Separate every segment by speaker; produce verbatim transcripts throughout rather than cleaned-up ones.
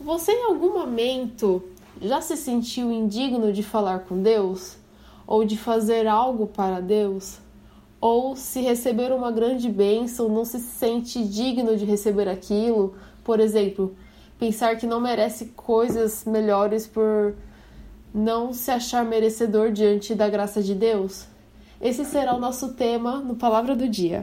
Speaker 1: Você em algum momento já se sentiu indigno de falar com Deus? Ou de fazer algo para Deus? Ou se receber uma grande bênção, não se sente digno de receber aquilo? Por exemplo, pensar que não merece coisas melhores por não se achar merecedor diante da graça de Deus? Esse será o nosso tema no Palavra do Dia.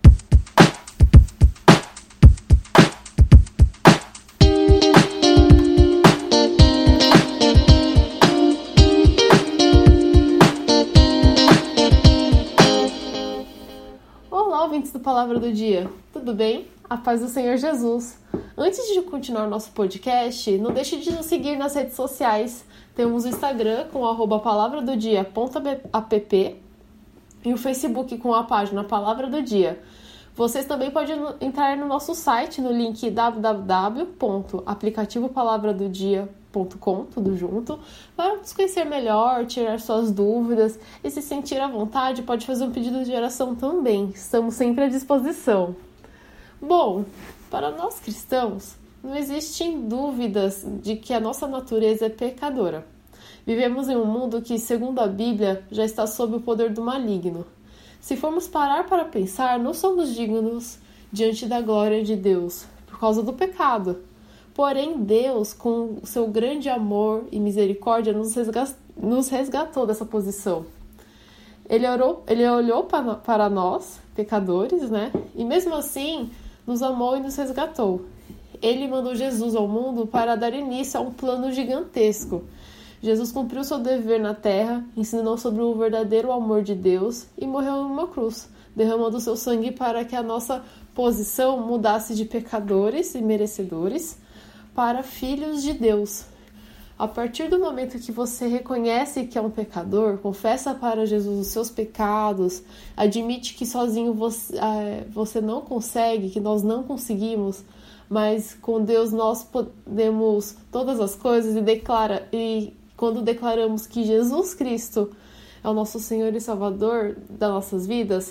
Speaker 1: Olá, ouvintes do Palavra do Dia, tudo bem? A paz do Senhor Jesus. Antes de continuar o nosso podcast, não deixe de nos seguir nas redes sociais. Temos o Instagram com arroba palavradodia.app e o Facebook com a página Palavra do Dia. Vocês também podem entrar no nosso site no link w w w ponto aplicativo palavra do dia ponto com, tudo junto, para nos conhecer melhor, tirar suas dúvidas e se sentir à vontade, pode fazer um pedido de oração também. Estamos sempre à disposição. Bom, para nós cristãos, não existem dúvidas de que a nossa natureza é pecadora. Vivemos em um mundo que, segundo a Bíblia, já está sob o poder do maligno. Se formos parar para pensar, não somos dignos diante da glória de Deus por causa do pecado. Porém, Deus, com o seu grande amor e misericórdia, nos resgatou, nos resgatou dessa posição. Ele, orou, ele olhou para, para nós, pecadores, né? E mesmo assim, nos amou e nos resgatou. Ele mandou Jesus ao mundo para dar início a um plano gigantesco. Jesus cumpriu seu dever na terra, ensinou sobre o verdadeiro amor de Deus e morreu em uma cruz, derramando seu sangue para que a nossa posição mudasse de pecadores e merecedores para filhos de Deus. A partir do momento que você reconhece que é um pecador, confessa para Jesus os seus pecados, admite que sozinho você, é, você não consegue, que nós não conseguimos, mas com Deus nós podemos todas as coisas e declara e quando declaramos que Jesus Cristo é o nosso Senhor e Salvador das nossas vidas,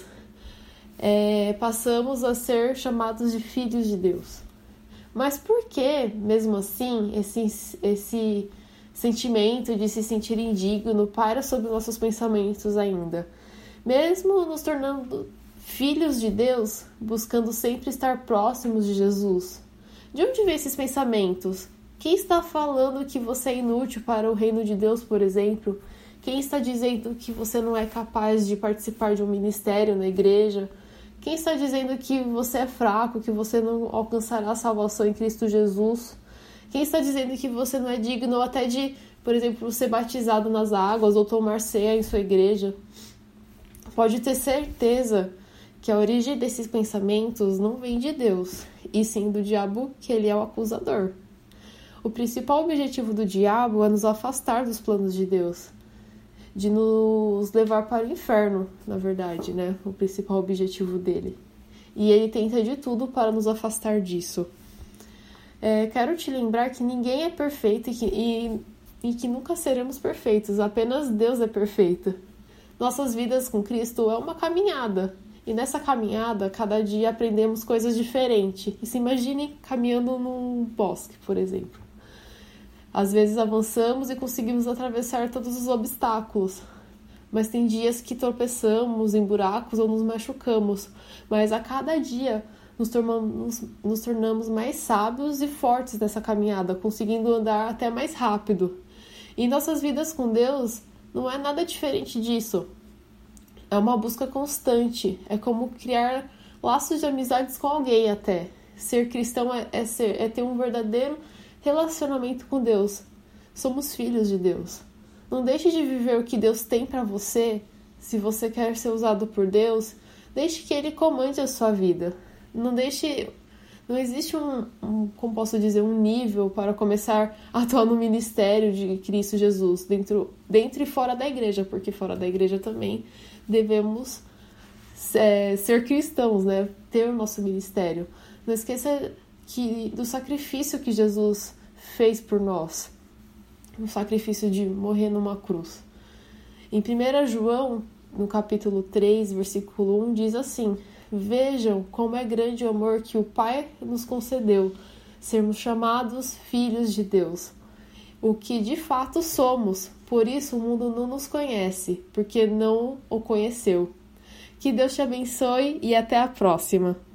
Speaker 1: é, passamos a ser chamados de filhos de Deus. Mas por que, mesmo assim, esse, esse sentimento de se sentir indigno paira sobre nossos pensamentos ainda? Mesmo nos tornando filhos de Deus, buscando sempre estar próximos de Jesus. De onde vem esses pensamentos? Quem está falando que você é inútil para o reino de Deus, por exemplo? Quem está dizendo que você não é capaz de participar de um ministério na igreja? Quem está dizendo que você é fraco, que você não alcançará a salvação em Cristo Jesus? Quem está dizendo que você não é digno até de, por exemplo, ser batizado nas águas ou tomar ceia em sua igreja? Pode ter certeza que a origem desses pensamentos não vem de Deus, e sim do diabo, que ele é o acusador. O principal objetivo do diabo é nos afastar dos planos de Deus, de nos levar para o inferno, na verdade, né? O principal objetivo dele. E ele tenta de tudo para nos afastar disso. É, quero te lembrar que ninguém é perfeito e que, e, e que nunca seremos perfeitos, apenas Deus é perfeito. Nossas vidas com Cristo é uma caminhada, e nessa caminhada, cada dia aprendemos coisas diferentes. E se imagine caminhando num bosque, por exemplo. Às vezes avançamos e conseguimos atravessar todos os obstáculos, mas tem dias que tropeçamos em buracos ou nos machucamos, mas a cada dia nos tornamos, nos tornamos mais sábios e fortes nessa caminhada, conseguindo andar até mais rápido. E nossas vidas com Deus não é nada diferente disso. É uma busca constante, é como criar laços de amizades com alguém até. Ser cristão é, é, ser, é ter um verdadeiro relacionamento com Deus. Somos filhos de Deus. Não deixe de viver o que Deus tem para você. Se você quer ser usado por Deus, deixe que Ele comande a sua vida. Não deixe... Não existe um, um, como posso dizer, um nível para começar a atuar no ministério de Cristo Jesus, dentro, dentro e fora da igreja, porque fora da igreja também devemos é, ser cristãos, né? Ter o nosso ministério. Não esqueça que, do sacrifício que Jesus fez por nós, o sacrifício de morrer numa cruz. Em primeiro João, no capítulo três, versículo um, diz assim: vejam como é grande o amor que o Pai nos concedeu, sermos chamados filhos de Deus, o que de fato somos. Por isso o mundo não nos conhece, porque não o conheceu. Que Deus te abençoe e até a próxima!